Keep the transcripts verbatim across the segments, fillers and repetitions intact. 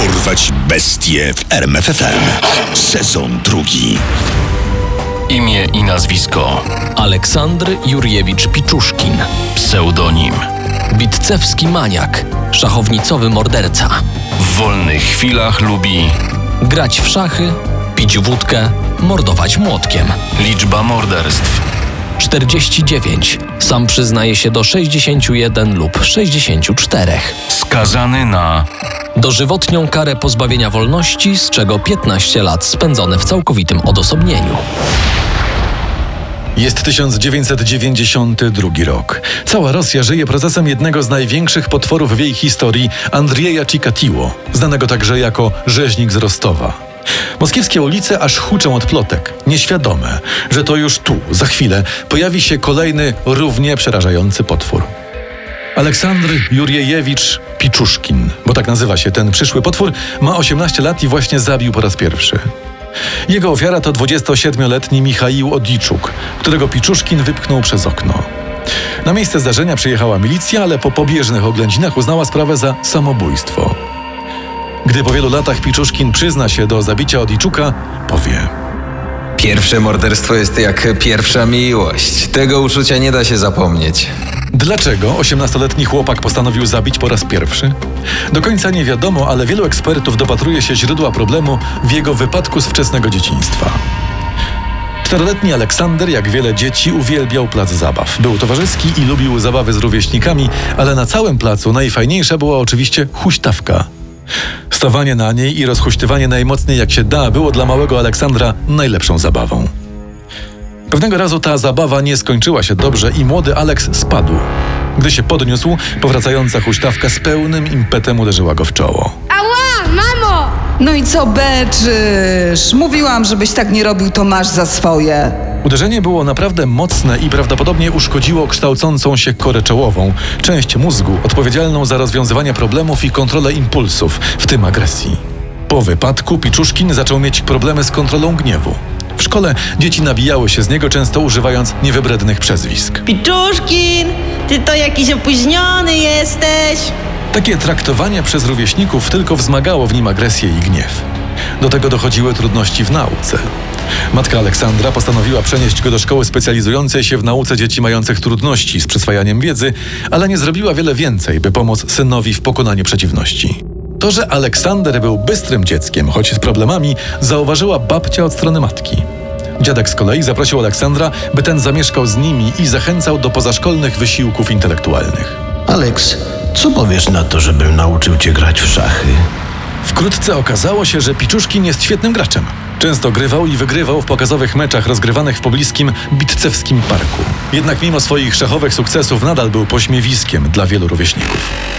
Porwać bestie w R M F F M. Sezon drugi. Imię i nazwisko: Aleksandr Jurjewicz Piczuszkin. Pseudonim: Bitcewski maniak, szachownicowy morderca. W wolnych chwilach lubi grać w szachy, pić wódkę, mordować młotkiem. Liczba morderstw: czterdzieści dziewięć. Sam przyznaje się do sześćdziesięciu jeden lub sześćdziesięciu czterech. Skazany na dożywotnią karę pozbawienia wolności, z czego piętnaście lat spędzone w całkowitym odosobnieniu. Jest tysiąc dziewięćset dziewięćdziesiąty drugi rok. Cała Rosja żyje procesem jednego z największych potworów w jej historii, Andrieja Chikatilo, znanego także jako rzeźnik z Rostowa. Moskiewskie ulice aż huczą od plotek, nieświadome, że to już tu, za chwilę, pojawi się kolejny, równie przerażający potwór. Aleksandr Jurjewicz Piczuszkin, bo tak nazywa się ten przyszły potwór, ma osiemnaście lat i właśnie zabił po raz pierwszy. Jego ofiara to dwudziestosiedmioletni Michaił Odiczuk, którego Piczuszkin wypchnął przez okno. Na miejsce zdarzenia przyjechała milicja, ale po pobieżnych oględzinach uznała sprawę za samobójstwo. Gdy po wielu latach Piczuszkin przyzna się do zabicia Odiczuka, powie: Pierwsze morderstwo jest jak pierwsza miłość. Tego uczucia nie da się zapomnieć. Dlaczego osiemnastoletni chłopak postanowił zabić po raz pierwszy? Do końca nie wiadomo, ale wielu ekspertów dopatruje się źródła problemu w jego wypadku z wczesnego dzieciństwa. Czteroletni Aleksander, jak wiele dzieci, uwielbiał plac zabaw. Był towarzyski i lubił zabawy z rówieśnikami, ale na całym placu najfajniejsza była oczywiście huśtawka. Stawanie na niej i rozhuśtywanie najmocniej jak się da było dla małego Aleksandra najlepszą zabawą. Pewnego razu ta zabawa nie skończyła się dobrze i młody Aleks spadł. Gdy się podniósł, powracająca huśtawka z pełnym impetem uderzyła go w czoło. Ała, mamo! No i co beczysz? Mówiłam, żebyś tak nie robił, to masz za swoje. Uderzenie było naprawdę mocne i prawdopodobnie uszkodziło kształcącą się korę czołową, część mózgu odpowiedzialną za rozwiązywanie problemów i kontrolę impulsów, w tym agresji. Po wypadku Piczuszkin zaczął mieć problemy z kontrolą gniewu. W szkole dzieci nabijały się z niego, często używając niewybrednych przezwisk. Piczuszkin, ty to jakiś opóźniony jesteś. Takie traktowanie przez rówieśników tylko wzmagało w nim agresję i gniew. Do tego dochodziły trudności w nauce. Matka Aleksandra postanowiła przenieść go do szkoły specjalizującej się w nauce dzieci mających trudności z przyswajaniem wiedzy, ale nie zrobiła wiele więcej, by pomóc synowi w pokonaniu przeciwności. To, że Aleksander był bystrym dzieckiem, choć z problemami, zauważyła babcia od strony matki. Dziadek z kolei zaprosił Aleksandra, by ten zamieszkał z nimi i zachęcał do pozaszkolnych wysiłków intelektualnych. Aleks, co powiesz na to, żebym nauczył cię grać w szachy? Wkrótce okazało się, że Piczuszkin jest świetnym graczem. Często grywał i wygrywał w pokazowych meczach rozgrywanych w pobliskim Bitcewskim parku. Jednak mimo swoich szachowych sukcesów nadal był pośmiewiskiem dla wielu rówieśników.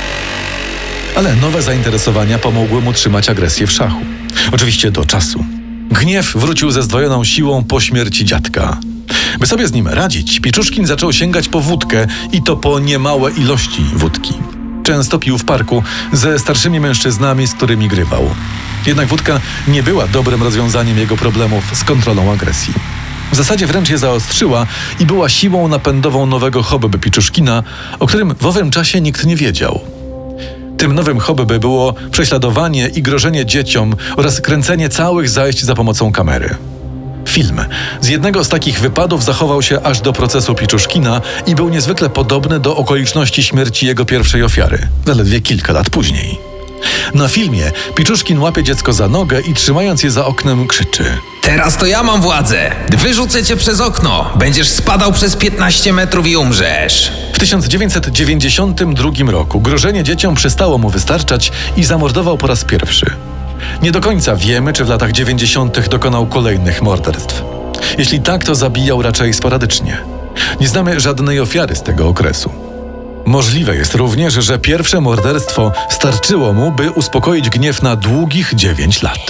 Ale nowe zainteresowania pomogły mu trzymać agresję w szachu. Oczywiście do czasu. Gniew wrócił ze zdwojoną siłą po śmierci dziadka. By sobie z nim radzić, Piczuszkin zaczął sięgać po wódkę i to po niemałe ilości wódki. Często pił w parku ze starszymi mężczyznami, z którymi grywał. Jednak wódka nie była dobrym rozwiązaniem jego problemów z kontrolą agresji. W zasadzie wręcz je zaostrzyła i była siłą napędową nowego hobby Piczuszkina, o którym w owym czasie nikt nie wiedział. Tym nowym hobby było prześladowanie i grożenie dzieciom oraz kręcenie całych zajść za pomocą kamery. Film z jednego z takich wypadów zachował się aż do procesu Piczuszkina i był niezwykle podobny do okoliczności śmierci jego pierwszej ofiary, zaledwie kilka lat później. Na filmie Piczuszkin łapie dziecko za nogę i trzymając je za oknem krzyczy: Teraz to ja mam władzę! Wyrzucę cię przez okno! Będziesz spadał przez piętnaście metrów i umrzesz! W tysiąc dziewięćset dziewięćdziesiątym drugim roku grożenie dzieciom przestało mu wystarczać i zamordował po raz pierwszy. Nie do końca wiemy, czy w latach dziewięćdziesiątych dokonał kolejnych morderstw. Jeśli tak, to zabijał raczej sporadycznie. Nie znamy żadnej ofiary z tego okresu. Możliwe jest również, że pierwsze morderstwo starczyło mu, by uspokoić gniew na długich dziewięć lat.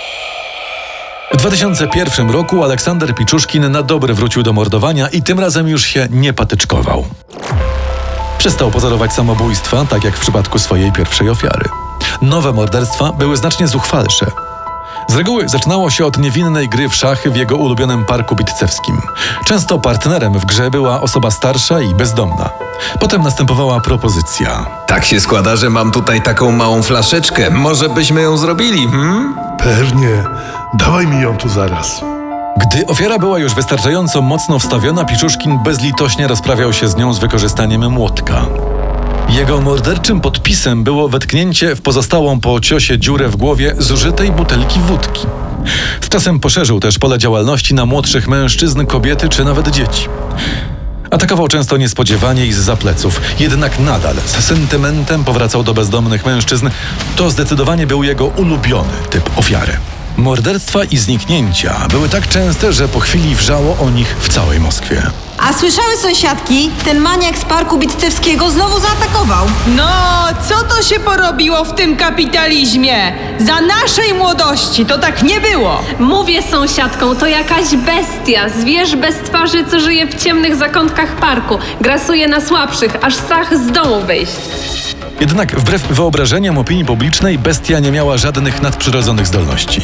W dwa tysiące pierwszym roku Aleksander Piczuszkin na dobre wrócił do mordowania i tym razem już się nie patyczkował. Przestał pozorować samobójstwa, tak jak w przypadku swojej pierwszej ofiary. Nowe morderstwa były znacznie zuchwalsze. Z reguły zaczynało się od niewinnej gry w szachy w jego ulubionym parku bitcewskim. Często partnerem w grze była osoba starsza i bezdomna. Potem następowała propozycja. Tak się składa, że mam tutaj taką małą flaszeczkę. Może byśmy ją zrobili, hmm? Pewnie. Dawaj mi ją tu zaraz. Gdy ofiara była już wystarczająco mocno wstawiona, Piczuszkin bezlitośnie rozprawiał się z nią z wykorzystaniem młotka. Jego morderczym podpisem było wetknięcie w pozostałą po ciosie dziurę w głowie zużytej butelki wódki. Z czasem poszerzył też pole działalności na młodszych mężczyzn, kobiety czy nawet dzieci. Atakował często niespodziewanie i zza pleców, jednak nadal z sentymentem powracał do bezdomnych mężczyzn. To zdecydowanie był jego ulubiony typ ofiary. Morderstwa i zniknięcia były tak częste, że po chwili wrzało o nich w całej Moskwie. A słyszały sąsiadki? Ten maniak z parku bitcewskiego znowu zaatakował. No, co to się porobiło w tym kapitalizmie? Za naszej młodości to tak nie było. Mówię sąsiadką, to jakaś bestia, zwierz bez twarzy, co żyje w ciemnych zakątkach parku. Grasuje na słabszych, aż strach z domu wyjść. Jednak wbrew wyobrażeniom opinii publicznej bestia nie miała żadnych nadprzyrodzonych zdolności.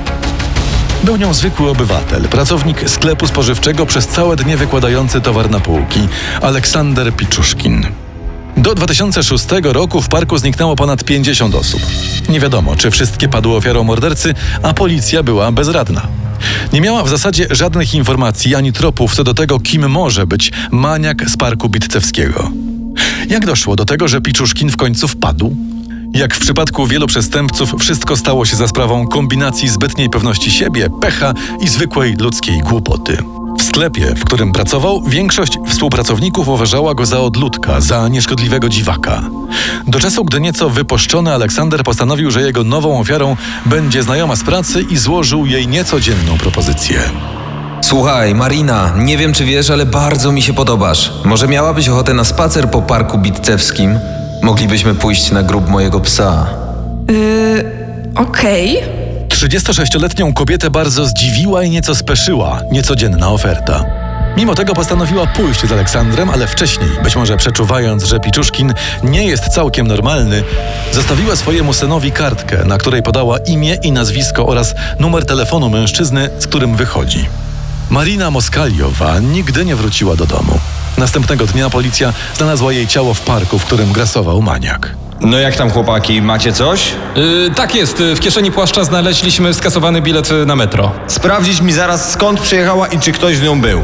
Był nią zwykły obywatel, pracownik sklepu spożywczego przez całe dnie wykładający towar na półki, Aleksander Piczuszkin. Do dwa tysiące szóstego roku w parku zniknęło ponad pięćdziesiąt osób. Nie wiadomo, czy wszystkie padły ofiarą mordercy, a policja była bezradna. Nie miała w zasadzie żadnych informacji ani tropów co do tego, kim może być maniak z parku bitcewskiego. Jak doszło do tego, że Piczuszkin w końcu wpadł? Jak w przypadku wielu przestępców, wszystko stało się za sprawą kombinacji zbytniej pewności siebie, pecha i zwykłej ludzkiej głupoty. W sklepie, w którym pracował, większość współpracowników uważała go za odludka, za nieszkodliwego dziwaka. Do czasu, gdy nieco wypuszczony Aleksander postanowił, że jego nową ofiarą będzie znajoma z pracy i złożył jej niecodzienną propozycję. Słuchaj, Marina, nie wiem czy wiesz, ale bardzo mi się podobasz. Może miałabyś ochotę na spacer po parku bitcewskim? Moglibyśmy pójść na grób mojego psa. Yy, okej. trzydziestosześcioletnią kobietę bardzo zdziwiła i nieco speszyła niecodzienna oferta. Mimo tego postanowiła pójść z Aleksandrem, ale wcześniej, być może przeczuwając, że Piczuszkin nie jest całkiem normalny, zostawiła swojemu synowi kartkę, na której podała imię i nazwisko oraz numer telefonu mężczyzny, z którym wychodzi. Marina Moskaliowa nigdy nie wróciła do domu. Następnego dnia policja znalazła jej ciało w parku, w którym grasował maniak. No jak tam chłopaki, macie coś? Yy, tak jest, w kieszeni płaszcza znaleźliśmy skasowany bilet na metro. Sprawdzić mi zaraz skąd przyjechała i czy ktoś z nią był.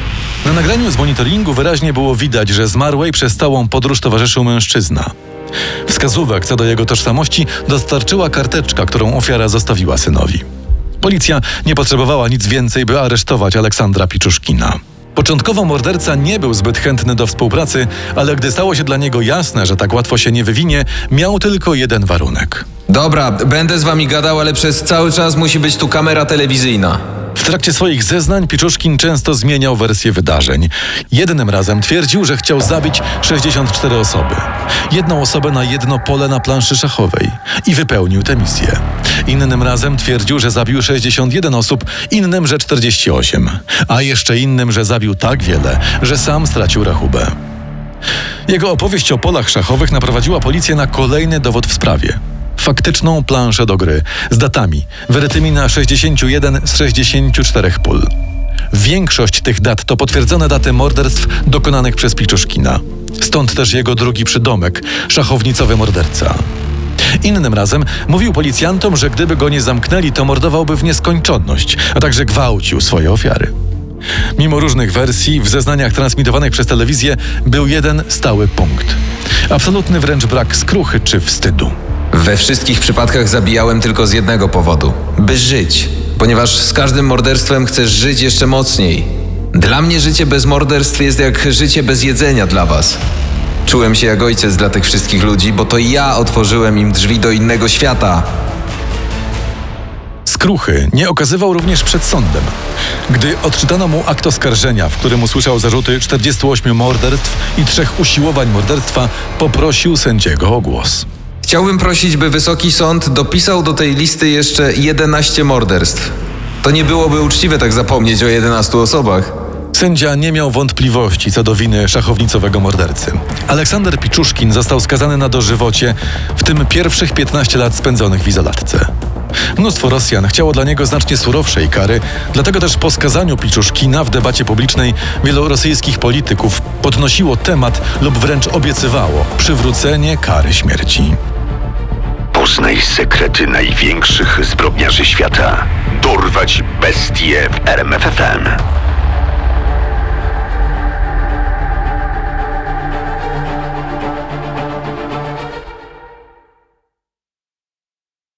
Na nagraniu z monitoringu wyraźnie było widać, że zmarłej przez całą podróż towarzyszył mężczyzna. Wskazówek co do jego tożsamości dostarczyła karteczka, którą ofiara zostawiła synowi. Policja nie potrzebowała nic więcej, by aresztować Aleksandra Piczuszkina. Początkowo morderca nie był zbyt chętny do współpracy, ale gdy stało się dla niego jasne, że tak łatwo się nie wywinie, miał tylko jeden warunek. Dobra, będę z wami gadał, ale przez cały czas musi być tu kamera telewizyjna. W trakcie swoich zeznań Piczuszkin często zmieniał wersję wydarzeń. Jednym razem twierdził, że chciał zabić sześćdziesiąt cztery osoby. Jedną osobę na jedno pole na planszy szachowej i wypełnił tę misję. Innym razem twierdził, że zabił sześćdziesiąt jeden osób, innym, że czterdzieści osiem, a jeszcze innym, że zabił tak wiele, że sam stracił rachubę. Jego opowieść o polach szachowych naprowadziła policję na kolejny dowód w sprawie. Faktyczną planszę do gry z datami wyrytymi na sześćdziesiąt jeden z sześćdziesięciu czterech pól. Większość tych dat to potwierdzone daty morderstw dokonanych przez Piczuszkina. Stąd też jego drugi przydomek – szachownicowy morderca. Innym razem mówił policjantom, że gdyby go nie zamknęli, to mordowałby w nieskończoność, a także gwałcił swoje ofiary. Mimo różnych wersji, w zeznaniach transmitowanych przez telewizję był jeden stały punkt. Absolutny wręcz brak skruchy czy wstydu. We wszystkich przypadkach zabijałem tylko z jednego powodu. By żyć. Ponieważ z każdym morderstwem chcesz żyć jeszcze mocniej. Dla mnie życie bez morderstw jest jak życie bez jedzenia dla was. Czułem się jak ojciec dla tych wszystkich ludzi, bo to ja otworzyłem im drzwi do innego świata. Skruchy nie okazywał również przed sądem. Gdy odczytano mu akt oskarżenia, w którym usłyszał zarzuty czterdziestu ośmiu morderstw i trzech usiłowań morderstwa, poprosił sędziego o głos. Chciałbym prosić, by Wysoki Sąd dopisał do tej listy jeszcze jedenaście morderstw. To nie byłoby uczciwe tak zapomnieć o jedenastu osobach. Sędzia nie miał wątpliwości co do winy szachownicowego mordercy. Aleksander Piczuszkin został skazany na dożywocie, w tym pierwszych piętnaście lat spędzonych w izolatce. Mnóstwo Rosjan chciało dla niego znacznie surowszej kary, dlatego też po skazaniu Piczuszkina w debacie publicznej wielu rosyjskich polityków podnosiło temat lub wręcz obiecywało przywrócenie kary śmierci. Poznaj sekrety największych zbrodniarzy świata. Dorwać bestie w R M F F M.